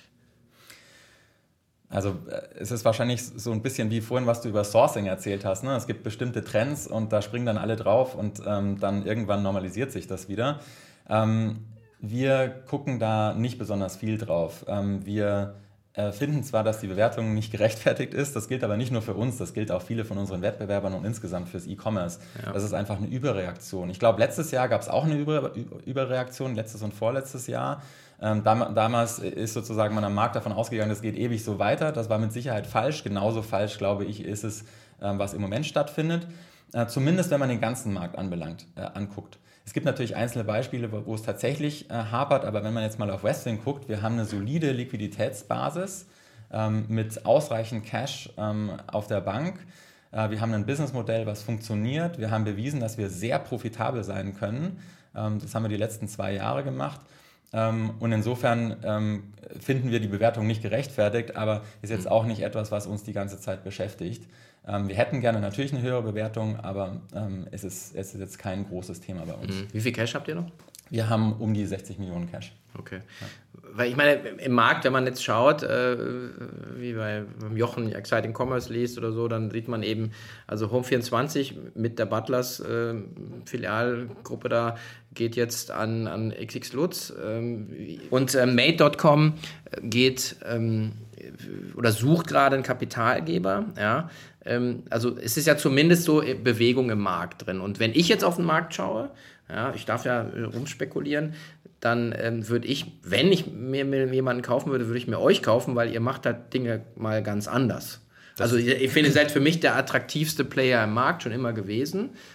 Also es ist wahrscheinlich so ein bisschen wie vorhin, was du über Sourcing erzählt hast. Ne? Es gibt bestimmte Trends und da springen dann alle drauf und dann irgendwann normalisiert sich das wieder. Wir gucken da nicht besonders viel drauf. Wir finden zwar, dass die Bewertung nicht gerechtfertigt ist, das gilt aber nicht nur für uns, das gilt auch viele von unseren Wettbewerbern und insgesamt fürs E-Commerce. Ja. Das ist einfach eine Überreaktion. Ich glaube, letztes Jahr gab es auch eine Überreaktion, letztes und vorletztes Jahr. Damals ist sozusagen man am Markt davon ausgegangen, das geht ewig so weiter. Das war mit Sicherheit falsch. Genauso falsch, glaube ich, ist es, was im Moment stattfindet. Zumindest, wenn man den ganzen Markt anguckt. Es gibt natürlich einzelne Beispiele, wo es tatsächlich hapert, aber wenn man jetzt mal auf Westwing guckt, wir haben eine solide Liquiditätsbasis mit ausreichend Cash auf der Bank. Wir haben ein Businessmodell, was funktioniert. Wir haben bewiesen, dass wir sehr profitabel sein können. Das haben wir die letzten 2 Jahre gemacht. Und insofern finden wir die Bewertung nicht gerechtfertigt, aber ist jetzt auch nicht etwas, was uns die ganze Zeit beschäftigt. Wir hätten gerne natürlich eine höhere Bewertung, aber es ist jetzt kein großes Thema bei uns. Wie viel Cash habt ihr noch? Wir haben um die 60 Millionen Cash. Okay. Ja. Weil ich meine, im Markt, wenn man jetzt schaut, wie beim Jochen Exciting Commerce liest oder so, dann sieht man eben, also Home24 mit der Butlers Filialgruppe da geht jetzt an XX Lutz und Made.com geht oder sucht gerade einen Kapitalgeber, ja. Also es ist ja zumindest so Bewegung im Markt drin. Und wenn ich jetzt auf den Markt schaue, ja, ich darf ja rumspekulieren, dann würde ich, wenn ich mir jemanden kaufen würde, würde ich mir euch kaufen, weil ihr macht halt Dinge mal ganz anders. Also ich finde, ihr seid für mich der attraktivste Player im Markt schon immer gewesen.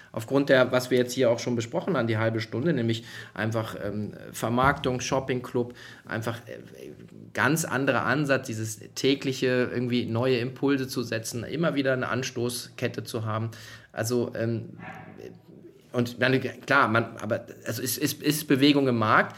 aufgrund der, was wir jetzt hier auch schon besprochen haben, die halbe Stunde, nämlich einfach Vermarktung, Shopping-Club, einfach ganz anderer Ansatz, dieses tägliche irgendwie neue Impulse zu setzen, immer wieder eine Anstoßkette zu haben. Also und dann, klar, aber also ist Bewegung im Markt.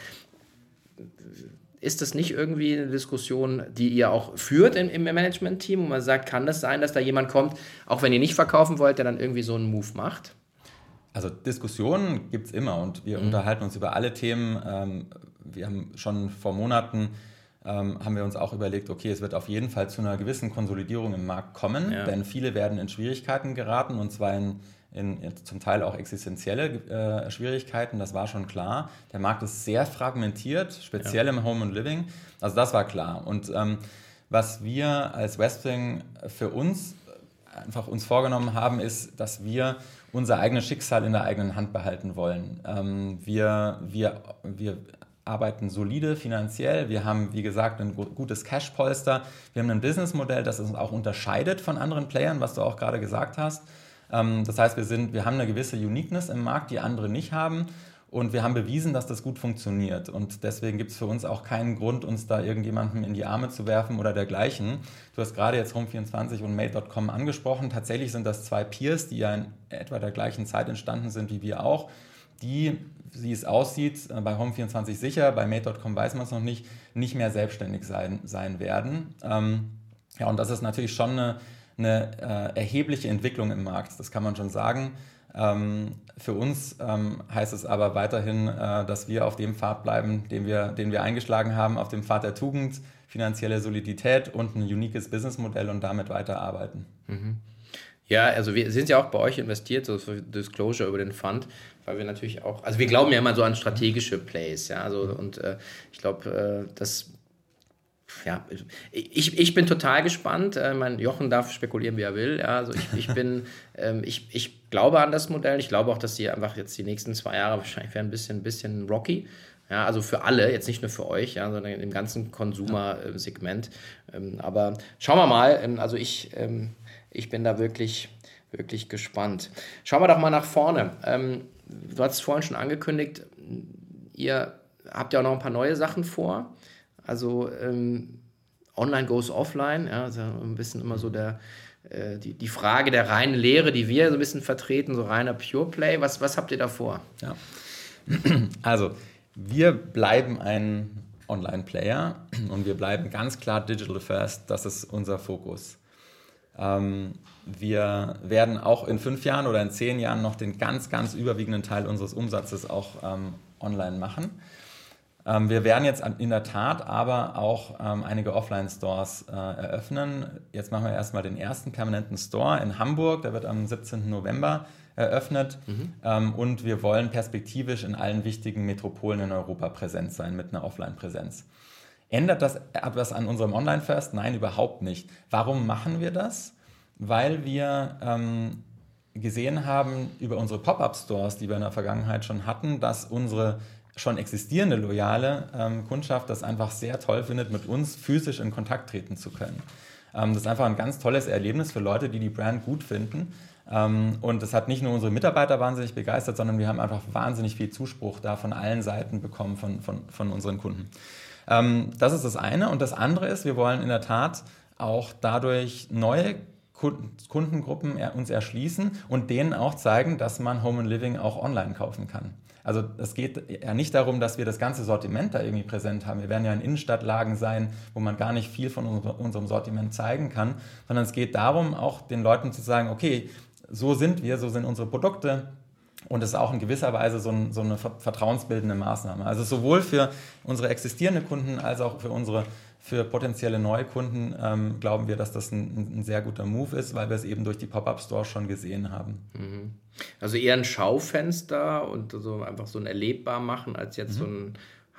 Ist das nicht irgendwie eine Diskussion, die ihr auch führt im Management-Team, wo man sagt, kann das sein, dass da jemand kommt, auch wenn ihr nicht verkaufen wollt, der dann irgendwie so einen Move macht? Also Diskussionen gibt es immer und wir unterhalten uns über alle Themen. Wir haben schon vor Monaten haben wir uns auch überlegt, okay, es wird auf jeden Fall zu einer gewissen Konsolidierung im Markt kommen, denn viele werden in Schwierigkeiten geraten und zwar in zum Teil auch existenzielle Schwierigkeiten, das war schon klar. Der Markt ist sehr fragmentiert, speziell im Home and Living, also das war klar. Und was wir als Westwing für uns einfach uns vorgenommen haben, ist, dass wir unser eigenes Schicksal in der eigenen Hand behalten wollen. Wir arbeiten solide finanziell, wir haben, wie gesagt, ein gutes Cash-Polster, wir haben ein Businessmodell, das uns auch unterscheidet von anderen Playern, was du auch gerade gesagt hast. Das heißt, wir haben eine gewisse Uniqueness im Markt, die andere nicht haben und wir haben bewiesen, dass das gut funktioniert und deswegen gibt es für uns auch keinen Grund, uns da irgendjemandem in die Arme zu werfen oder dergleichen. Du hast gerade jetzt Home24 und Made.com angesprochen, tatsächlich sind das zwei Peers, die ja in etwa der gleichen Zeit entstanden sind wie wir auch, die, wie es aussieht, bei Home24 sicher, bei Made.com weiß man es noch nicht mehr selbstständig sein werden. Und das ist natürlich schon eine erhebliche Entwicklung im Markt, das kann man schon sagen. Für uns heißt es aber weiterhin, dass wir auf dem Pfad bleiben, den wir eingeschlagen haben, auf dem Pfad der Tugend, finanzielle Solidität und ein uniques Businessmodell und damit weiterarbeiten. Mhm. Ja, also wir sind ja auch bei euch investiert, so für Disclosure über den Fund, weil wir natürlich auch, also wir glauben ja immer so an strategische Plays, ja, also und ich glaube, ja, ich bin total gespannt. Jochen darf spekulieren, wie er will. Ja, also ich glaube an das Modell. Ich glaube auch, dass die einfach jetzt die nächsten 2 Jahre wahrscheinlich werden ein bisschen rocky. Ja, also für alle, jetzt nicht nur für euch, ja, sondern im ganzen Consumer-Segment. Aber schauen wir mal. Also ich bin da wirklich, wirklich gespannt. Schauen wir doch mal nach vorne. Du hast es vorhin schon angekündigt, ihr habt ja auch noch ein paar neue Sachen vor. Also Online goes offline, ja, also ein bisschen immer so die Frage der reinen Lehre, die wir so ein bisschen vertreten, so reiner Pure Play. Was habt ihr da vor? Ja. Also wir bleiben ein Online-Player und wir bleiben ganz klar Digital First, das ist unser Fokus. Wir werden auch in 5 Jahren oder in 10 Jahren noch den ganz, ganz überwiegenden Teil unseres Umsatzes auch online machen. Wir werden jetzt in der Tat aber auch einige Offline-Stores eröffnen. Jetzt machen wir erstmal den ersten permanenten Store in Hamburg, der wird am 17. November eröffnet. Und wir wollen perspektivisch in allen wichtigen Metropolen in Europa präsent sein mit einer Offline-Präsenz. Ändert das etwas an unserem Online-First? Nein, überhaupt nicht. Warum machen wir das? Weil wir gesehen haben über unsere Pop-Up-Stores, die wir in der Vergangenheit schon hatten, dass unsere schon existierende loyale Kundschaft das einfach sehr toll findet, mit uns physisch in Kontakt treten zu können. Das ist einfach ein ganz tolles Erlebnis für Leute, die die Brand gut finden. Und das hat nicht nur unsere Mitarbeiter wahnsinnig begeistert, sondern wir haben einfach wahnsinnig viel Zuspruch da von allen Seiten bekommen von unseren Kunden. Das ist das eine. Und das andere ist, wir wollen in der Tat auch dadurch neue Kundengruppen uns erschließen und denen auch zeigen, dass man Home and Living auch online kaufen kann. Also es geht ja nicht darum, dass wir das ganze Sortiment da irgendwie präsent haben. Wir werden ja in Innenstadtlagen sein, wo man gar nicht viel von unserem Sortiment zeigen kann, sondern es geht darum, auch den Leuten zu sagen, okay, so sind wir, so sind unsere Produkte. Und es ist auch in gewisser Weise so eine vertrauensbildende Maßnahme. Also sowohl für unsere existierenden Kunden als auch für potenzielle Neukunden glauben wir, dass das ein sehr guter Move ist, weil wir es eben durch die Pop-Up-Stores schon gesehen haben. Also eher ein Schaufenster und so einfach so ein erlebbar machen, als jetzt so ein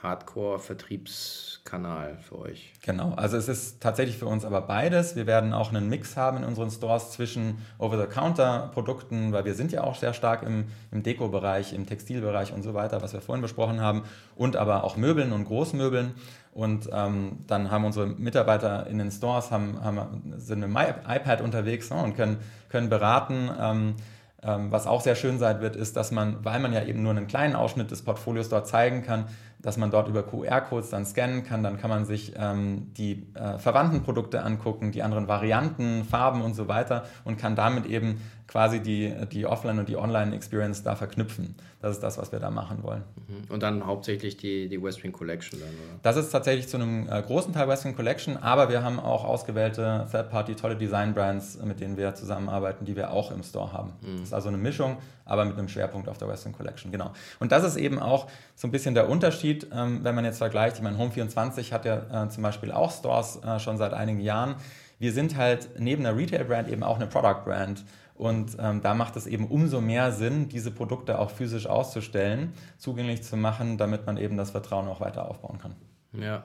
Hardcore-Vertriebskanal für euch. Genau, also es ist tatsächlich für uns aber beides. Wir werden auch einen Mix haben in unseren Stores zwischen Over-the-Counter-Produkten, weil wir sind ja auch sehr stark im Deko-Bereich, im Textilbereich und so weiter, was wir vorhin besprochen haben, und aber auch Möbeln und Großmöbeln. Und dann haben unsere Mitarbeiter in den Stores sind mit dem iPad unterwegs und können beraten, Was auch sehr schön sein wird, ist, dass man, weil man ja eben nur einen kleinen Ausschnitt des Portfolios dort zeigen kann, dass man dort über QR-Codes dann scannen kann. Dann kann man sich die verwandten Produkte angucken, die anderen Varianten, Farben und so weiter und kann damit eben quasi die Offline- und die Online-Experience da verknüpfen. Das ist das, was wir da machen wollen. Und dann hauptsächlich die Westwing Collection dann, oder? Das ist tatsächlich zu einem großen Teil Westwing Collection, aber wir haben auch ausgewählte Third-Party, tolle Design-Brands, mit denen wir zusammenarbeiten, die wir auch im Store haben. Das ist also eine Mischung, aber mit einem Schwerpunkt auf der Westwing Collection, genau. Und das ist eben auch so ein bisschen der Unterschied, wenn man jetzt vergleicht. Ich meine, Home24 hat ja zum Beispiel auch Stores schon seit einigen Jahren. Wir sind halt neben der Retail-Brand eben auch eine Product-Brand. Und da macht es eben umso mehr Sinn, diese Produkte auch physisch auszustellen, zugänglich zu machen, damit man eben das Vertrauen auch weiter aufbauen kann. Ja.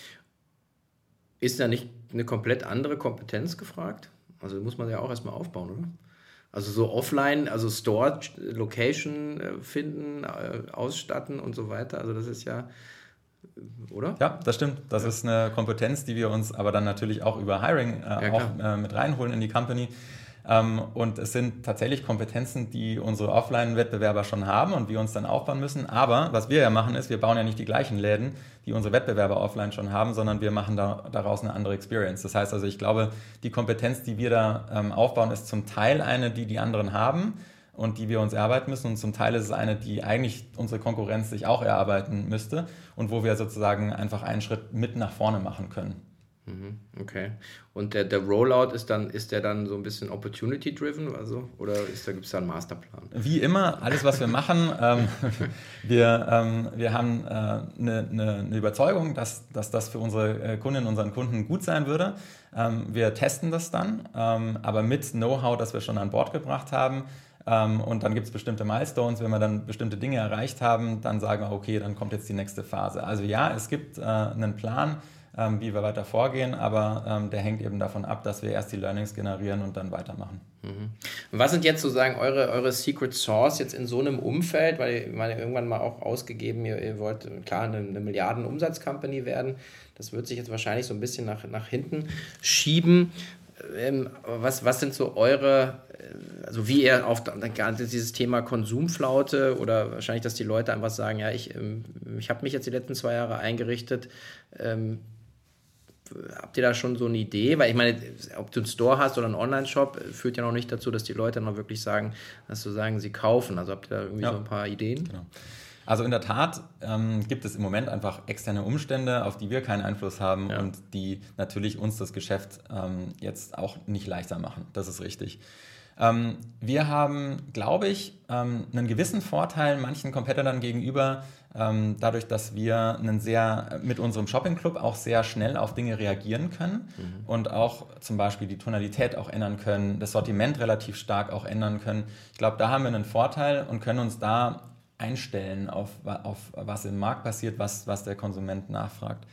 Ist da nicht eine komplett andere Kompetenz gefragt? Also muss man ja auch erstmal aufbauen, oder? Also so offline, also Store, Location finden, ausstatten und so weiter. Also das ist ja, oder? Ja, das stimmt. Das ist eine Kompetenz, die wir uns aber dann natürlich auch über Hiring mit reinholen in die Company. Und es sind tatsächlich Kompetenzen, die unsere Offline-Wettbewerber schon haben und wir uns dann aufbauen müssen. Aber was wir ja machen ist, wir bauen ja nicht die gleichen Läden, die unsere Wettbewerber offline schon haben, sondern wir machen daraus eine andere Experience. Das heißt also, ich glaube, die Kompetenz, die wir da aufbauen, ist zum Teil eine, die anderen haben und die wir uns erarbeiten müssen. Und zum Teil ist es eine, die eigentlich unsere Konkurrenz sich auch erarbeiten müsste und wo wir sozusagen einfach einen Schritt mit nach vorne machen können. Okay. Und der Rollout ist der dann so ein bisschen opportunity-driven, also, oder gibt es da einen Masterplan? Wie immer, alles, was wir machen, wir haben eine Überzeugung, dass das für unsere Kundinnen und unseren Kunden gut sein würde. Wir testen das dann, aber mit Know-how, das wir schon an Bord gebracht haben. Und dann gibt es bestimmte Milestones. Wenn wir dann bestimmte Dinge erreicht haben, dann sagen wir, okay, dann kommt jetzt die nächste Phase. Also ja, es gibt einen Plan, wie wir weiter vorgehen, aber der hängt eben davon ab, dass wir erst die Learnings generieren und dann weitermachen. Was sind jetzt sozusagen eure Secret Sauce jetzt in so einem Umfeld, weil ihr irgendwann mal auch ausgegeben, ihr wollt klar eine Milliarden-Umsatz-Company werden, das wird sich jetzt wahrscheinlich so ein bisschen nach hinten schieben. Was sind so eure, also wie ihr auf dieses Thema Konsumflaute oder wahrscheinlich, dass die Leute einfach sagen, ja, ich habe mich jetzt die letzten 2 Jahre eingerichtet, habt ihr da schon so eine Idee? Weil ich meine, ob du einen Store hast oder einen Online-Shop, führt ja noch nicht dazu, dass die Leute noch wirklich sagen, sie kaufen. Also habt ihr da irgendwie so ein paar Ideen? Genau. Also in der Tat gibt es im Moment einfach externe Umstände, auf die wir keinen Einfluss haben und die natürlich uns das Geschäft jetzt auch nicht leichter machen. Das ist richtig. Wir haben, glaube ich, einen gewissen Vorteil manchen Competitors gegenüber, dadurch, dass wir mit unserem Shopping-Club auch sehr schnell auf Dinge reagieren können und auch zum Beispiel die Tonalität auch ändern können, das Sortiment relativ stark auch ändern können. Ich glaube, da haben wir einen Vorteil und können uns da einstellen auf was im Markt passiert, was der Konsument nachfragt.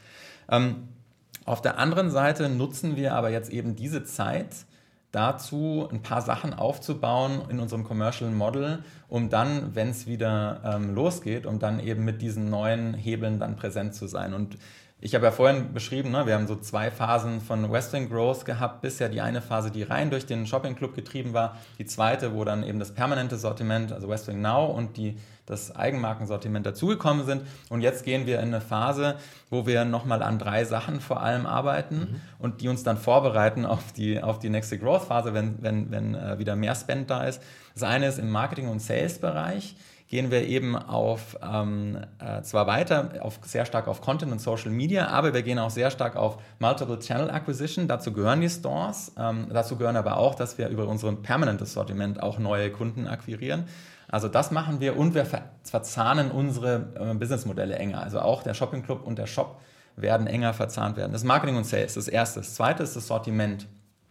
Auf der anderen Seite nutzen wir aber jetzt eben diese Zeit dazu, ein paar Sachen aufzubauen in unserem Commercial Model, um dann, wenn es wieder losgeht, um dann eben mit diesen neuen Hebeln dann präsent zu sein. Und ich habe ja vorhin beschrieben, wir haben so 2 Phasen von Westwing Growth gehabt. Bisher die eine Phase, die rein durch den Shopping Club getrieben war. Die zweite, wo dann eben das permanente Sortiment, also Westwing Now und das Eigenmarkensortiment dazugekommen sind. Und jetzt gehen wir in eine Phase, wo wir nochmal an 3 Sachen vor allem arbeiten und die uns dann vorbereiten auf die nächste Growth-Phase, wenn wieder mehr Spend da ist. Das eine ist im Marketing- und Sales-Bereich. Gehen wir eben zwar weiter sehr stark auf Content und Social Media, aber wir gehen auch sehr stark auf Multiple Channel Acquisition. Dazu gehören die Stores. Dazu gehören aber auch, dass wir über unser permanentes Sortiment auch neue Kunden akquirieren. Also das machen wir und wir verzahnen unsere Businessmodelle enger. Also auch der Shopping Club und der Shop werden enger verzahnt werden. Das Marketing und Sales, das erste. Das zweite ist das Sortiment.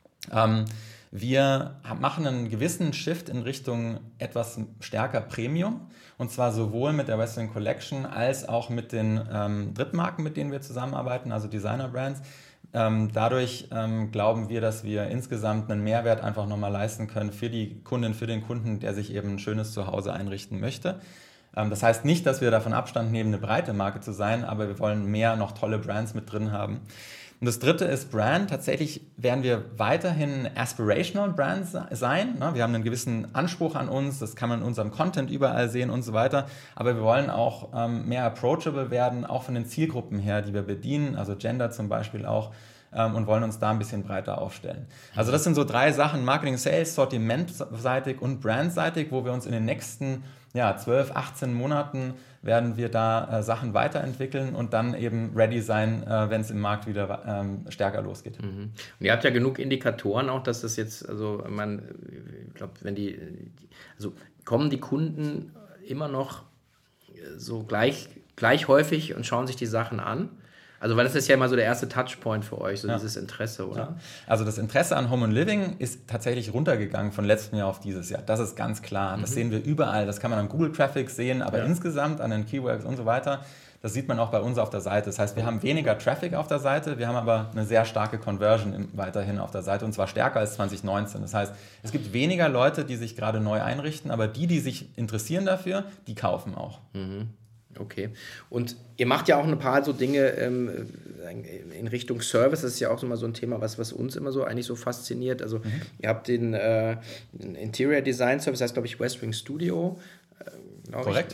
Wir machen einen gewissen Shift in Richtung etwas stärker Premium und zwar sowohl mit der Westwing Collection als auch mit den Drittmarken, mit denen wir zusammenarbeiten, also Designer-Brands. Dadurch glauben wir, dass wir insgesamt einen Mehrwert einfach nochmal leisten können für die Kundin, für den Kunden, der sich eben ein schönes Zuhause einrichten möchte. Das heißt nicht, dass wir davon Abstand nehmen, eine breite Marke zu sein, aber wir wollen mehr noch tolle Brands mit drin haben. Und das dritte ist Brand. Tatsächlich werden wir weiterhin Aspirational Brand sein. Wir haben einen gewissen Anspruch an uns, das kann man in unserem Content überall sehen und so weiter. Aber wir wollen auch mehr approachable werden, auch von den Zielgruppen her, die wir bedienen, also Gender zum Beispiel auch, und wollen uns da ein bisschen breiter aufstellen. Also das sind so 3 Sachen, Marketing, Sales, sortimentseitig und brandseitig, wo wir uns in den nächsten 12, 18 Monaten werden wir da Sachen weiterentwickeln und dann eben ready sein, wenn es im Markt wieder stärker losgeht. Und ihr habt ja genug Indikatoren auch, dass das jetzt, also ich glaube, also kommen die Kunden immer noch so gleich häufig und schauen sich die Sachen an? Also, weil das ist ja immer so der erste Touchpoint für euch, so dieses Interesse, oder? Ja. Also das Interesse an Home and Living ist tatsächlich runtergegangen von letztem Jahr auf dieses Jahr. Das ist ganz klar. Das sehen wir überall. Das kann man an Google Traffic sehen, aber insgesamt an den Keywords und so weiter, das sieht man auch bei uns auf der Seite. Das heißt, wir haben weniger Traffic auf der Seite, wir haben aber eine sehr starke Conversion weiterhin auf der Seite und zwar stärker als 2019. Das heißt, es gibt weniger Leute, die sich gerade neu einrichten, aber die sich interessieren dafür, die kaufen auch. Okay. Und ihr macht ja auch ein paar so Dinge in Richtung Service. Das ist ja auch immer so ein Thema, was uns immer so eigentlich so fasziniert. Also ihr habt den Interior Design Service, das heißt, glaube ich, Westwing Studio. Korrekt.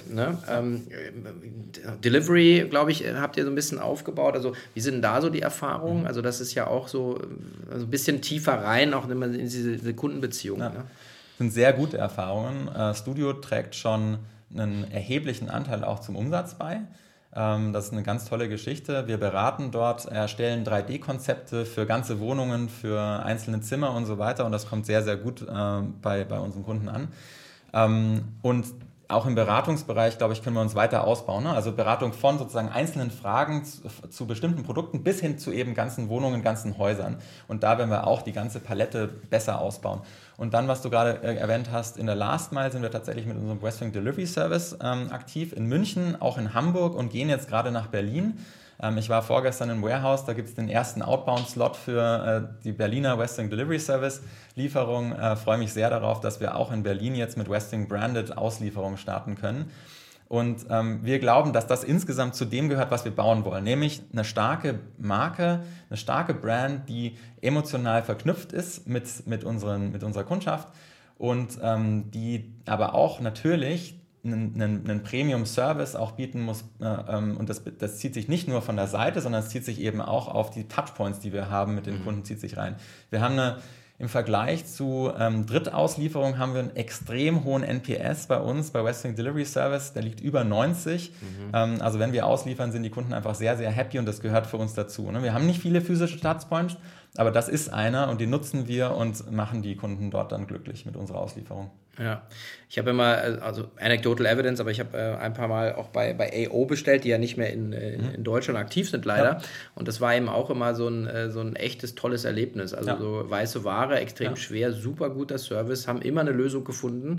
Delivery, glaube ich, habt ihr so ein bisschen aufgebaut. Also wie sind da so die Erfahrungen? Also das ist ja auch so ein bisschen tiefer rein, auch immer in diese Kundenbeziehungen. Ja. Das sind sehr gute Erfahrungen. Studio trägt schon einen erheblichen Anteil auch zum Umsatz bei. Das ist eine ganz tolle Geschichte. Wir beraten dort, erstellen 3D-Konzepte für ganze Wohnungen, für einzelne Zimmer und so weiter und das kommt sehr, sehr gut bei unseren Kunden an. Und auch im Beratungsbereich, glaube ich, können wir uns weiter ausbauen. Ne? Also Beratung von sozusagen einzelnen Fragen zu bestimmten Produkten bis hin zu eben ganzen Wohnungen, ganzen Häusern. Und da werden wir auch die ganze Palette besser ausbauen. Und dann, was du gerade erwähnt hast, in der Last Mile sind wir tatsächlich mit unserem Westwing Delivery Service aktiv in München, auch in Hamburg und gehen jetzt gerade nach Berlin. Ich war vorgestern im Warehouse, da gibt es den ersten Outbound-Slot für die Berliner Westwing Delivery Service Lieferung. Freue mich sehr darauf, dass wir auch in Berlin jetzt mit Westwing Branded Auslieferung starten können. Und wir glauben, dass das insgesamt zu dem gehört, was wir bauen wollen, nämlich eine starke Marke, eine starke Brand, die emotional verknüpft ist mit unserer Kundschaft und die aber auch natürlich einen Premium-Service auch bieten muss und das zieht sich nicht nur von der Seite, sondern es zieht sich eben auch auf die Touchpoints, die wir haben mit den Kunden, zieht sich rein. Wir haben im Vergleich zu Drittauslieferung haben wir einen extrem hohen NPS bei uns, bei Westwing Delivery Service, der liegt über 90. Also wenn wir ausliefern, sind die Kunden einfach sehr, sehr happy und das gehört für uns dazu. Ne? Wir haben nicht viele physische Touchpoints, aber das ist einer und die nutzen wir und machen die Kunden dort dann glücklich mit unserer Auslieferung. Ja, ich habe immer, also Anecdotal Evidence, aber ich habe ein paar Mal auch bei AO bestellt, die ja nicht mehr in Deutschland aktiv sind leider. Ja. Und das war eben auch immer so ein echtes, tolles Erlebnis. Also so weiße Ware, extrem schwer, super guter Service, haben immer eine Lösung gefunden.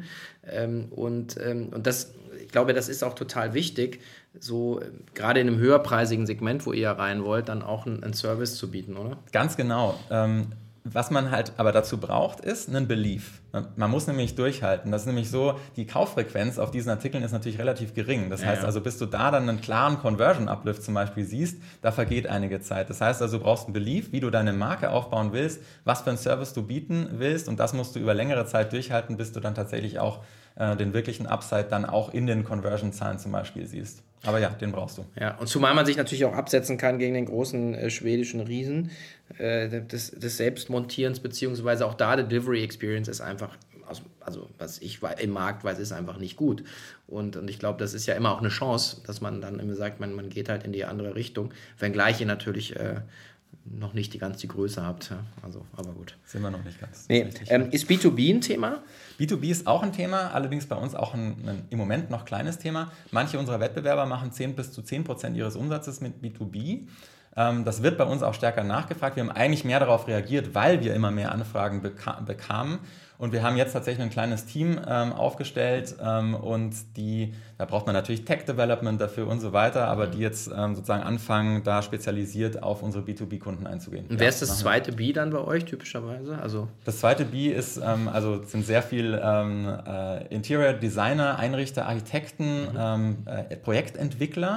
Und das, ich glaube, das ist auch total wichtig, so gerade in einem höherpreisigen Segment, wo ihr rein wollt, dann auch einen Service zu bieten, oder? Ganz genau. Was man halt aber dazu braucht, ist einen Belief. Man muss nämlich durchhalten. Das ist nämlich so, die Kauffrequenz auf diesen Artikeln ist natürlich relativ gering. Das heißt also, bis du da dann einen klaren Conversion-Uplift zum Beispiel siehst, da vergeht einige Zeit. Das heißt also, du brauchst einen Belief, wie du deine Marke aufbauen willst, was für einen Service du bieten willst und das musst du über längere Zeit durchhalten, bis du dann tatsächlich auch den wirklichen Upside dann auch in den Conversion-Zahlen zum Beispiel siehst. Aber ja, den brauchst du. Ja, und zumal man sich natürlich auch absetzen kann gegen den großen schwedischen Riesen des Selbstmontierens, beziehungsweise auch da, die Delivery Experience ist einfach, also was ich im Markt weiß, ist einfach nicht gut. Und ich glaube, das ist ja immer auch eine Chance, dass man dann immer sagt, man geht halt in die andere Richtung, wenngleich ihr natürlich noch nicht die Größe habt. Ja? Also, aber gut. Sind wir noch nicht ganz. Nee. Ist B2B ein Thema? B2B ist auch ein Thema, allerdings bei uns auch ein im Moment noch kleines Thema. Manche unserer Wettbewerber machen 10% ihres Umsatzes mit B2B. Das wird bei uns auch stärker nachgefragt. Wir haben eigentlich mehr darauf reagiert, weil wir immer mehr Anfragen bekamen. Und wir haben jetzt tatsächlich ein kleines Team aufgestellt und da braucht man natürlich Tech-Development dafür und so weiter, aber die jetzt sozusagen anfangen, da spezialisiert auf unsere B2B-Kunden einzugehen. Und wer ist das zweite B dann bei euch typischerweise? Also das zweite B ist, sind sehr viel Interior Designer, Einrichter, Architekten, Projektentwickler.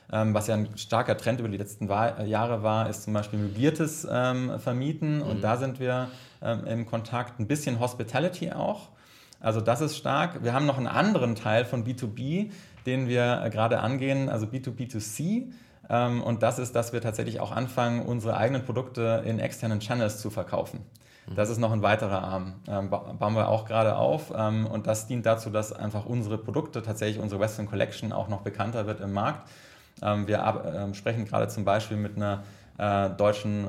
Was ja ein starker Trend über die letzten Jahre war, ist zum Beispiel möbliertes Vermieten. Und da sind wir im Kontakt. Ein bisschen Hospitality auch. Also das ist stark. Wir haben noch einen anderen Teil von B2B, den wir gerade angehen, also B2B2C. Und das ist, dass wir tatsächlich auch anfangen, unsere eigenen Produkte in externen Channels zu verkaufen. Das ist noch ein weiterer Arm. Bauen wir auch gerade auf. Und das dient dazu, dass einfach unsere Produkte, tatsächlich unsere Westwing Collection, auch noch bekannter wird im Markt. Wir sprechen gerade zum Beispiel mit einer deutschen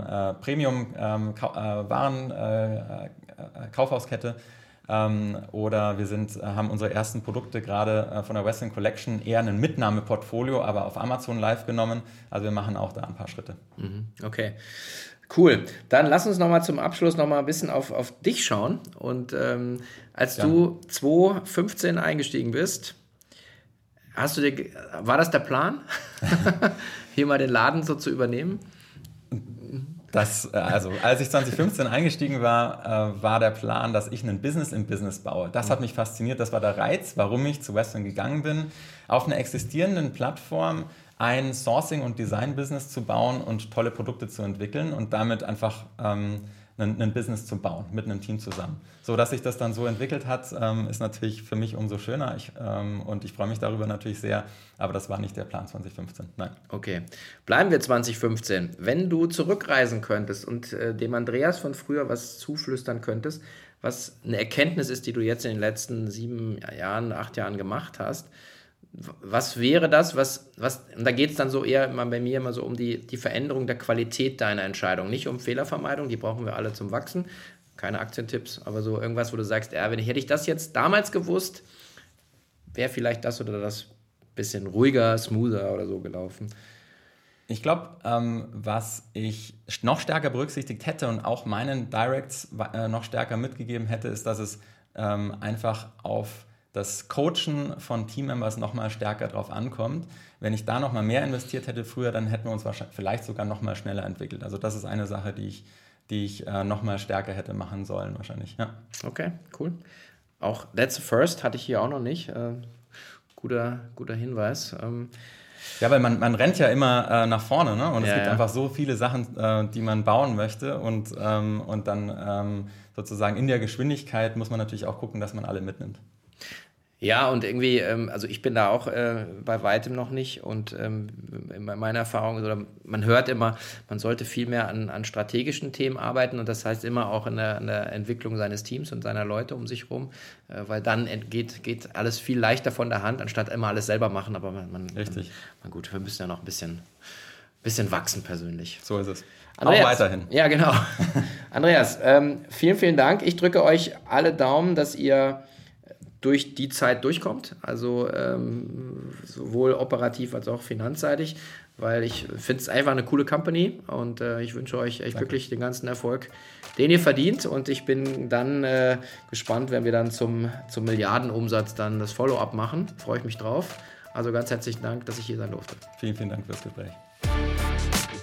Premium-Waren-Kaufhauskette. Oder wir haben unsere ersten Produkte gerade von der Westwing Collection eher ein Mitnahmeportfolio, aber auf Amazon live genommen. Also wir machen auch da ein paar Schritte. Okay, cool. Dann lass uns nochmal zum Abschluss nochmal ein bisschen auf dich schauen. Und als du 2015 eingestiegen bist, war das der Plan, hier mal den Laden so zu übernehmen? Also als ich 2015 eingestiegen war, war der Plan, dass ich ein Business im Business baue. Das hat mich fasziniert, das war der Reiz, warum ich zu Westwing gegangen bin, auf einer existierenden Plattform ein Sourcing- und Design-Business zu bauen und tolle Produkte zu entwickeln und damit einfach ein Business zu bauen, mit einem Team zusammen. So, dass sich das dann so entwickelt hat, ist natürlich für mich umso schöner und ich freue mich darüber natürlich sehr, aber das war nicht der Plan 2015, nein. Okay, bleiben wir 2015. Wenn du zurückreisen könntest und dem Andreas von früher was zuflüstern könntest, was eine Erkenntnis ist, die du jetzt in den letzten 8 Jahren gemacht hast, was wäre das, und da geht es dann so eher bei mir immer so um die Veränderung der Qualität deiner Entscheidung, nicht um Fehlervermeidung, die brauchen wir alle zum Wachsen, keine Aktientipps, aber so irgendwas, wo du sagst, hätte ich das jetzt damals gewusst, wäre vielleicht das oder das bisschen ruhiger, smoother oder so gelaufen. Ich glaube, was ich noch stärker berücksichtigt hätte und auch meinen Directs noch stärker mitgegeben hätte, ist, dass es einfach auf das Coachen von Teammembers noch mal stärker drauf ankommt. Wenn ich da noch mal mehr investiert hätte früher, dann hätten wir uns vielleicht sogar noch mal schneller entwickelt. Also das ist eine Sache, die ich noch mal stärker hätte machen sollen wahrscheinlich. Ja. Okay, cool. Auch That's a First hatte ich hier auch noch nicht. Guter Hinweis. Ja, weil man rennt ja immer nach vorne, ne? Und es gibt einfach so viele Sachen, die man bauen möchte und dann sozusagen in der Geschwindigkeit muss man natürlich auch gucken, dass man alle mitnimmt. Ja, und irgendwie, also ich bin da auch bei weitem noch nicht und in meiner Erfahrung, oder man hört immer, man sollte viel mehr an strategischen Themen arbeiten und das heißt immer auch in der Entwicklung seines Teams und seiner Leute um sich rum, weil dann geht alles viel leichter von der Hand, anstatt immer alles selber machen, aber Richtig. Gut, wir müssen ja noch ein bisschen wachsen persönlich. So ist es. Andreas, auch weiterhin. Ja, genau. Andreas, vielen, vielen Dank. Ich drücke euch alle Daumen, dass ihr durch die Zeit durchkommt, also sowohl operativ als auch finanzseitig, weil ich finde es einfach eine coole Company und ich wünsche euch echt wirklich den ganzen Erfolg, den ihr verdient und ich bin dann gespannt, wenn wir dann zum Milliardenumsatz dann das Follow-up machen, freue ich mich drauf. Also ganz herzlichen Dank, dass ich hier sein durfte. Vielen, vielen Dank fürs Gespräch.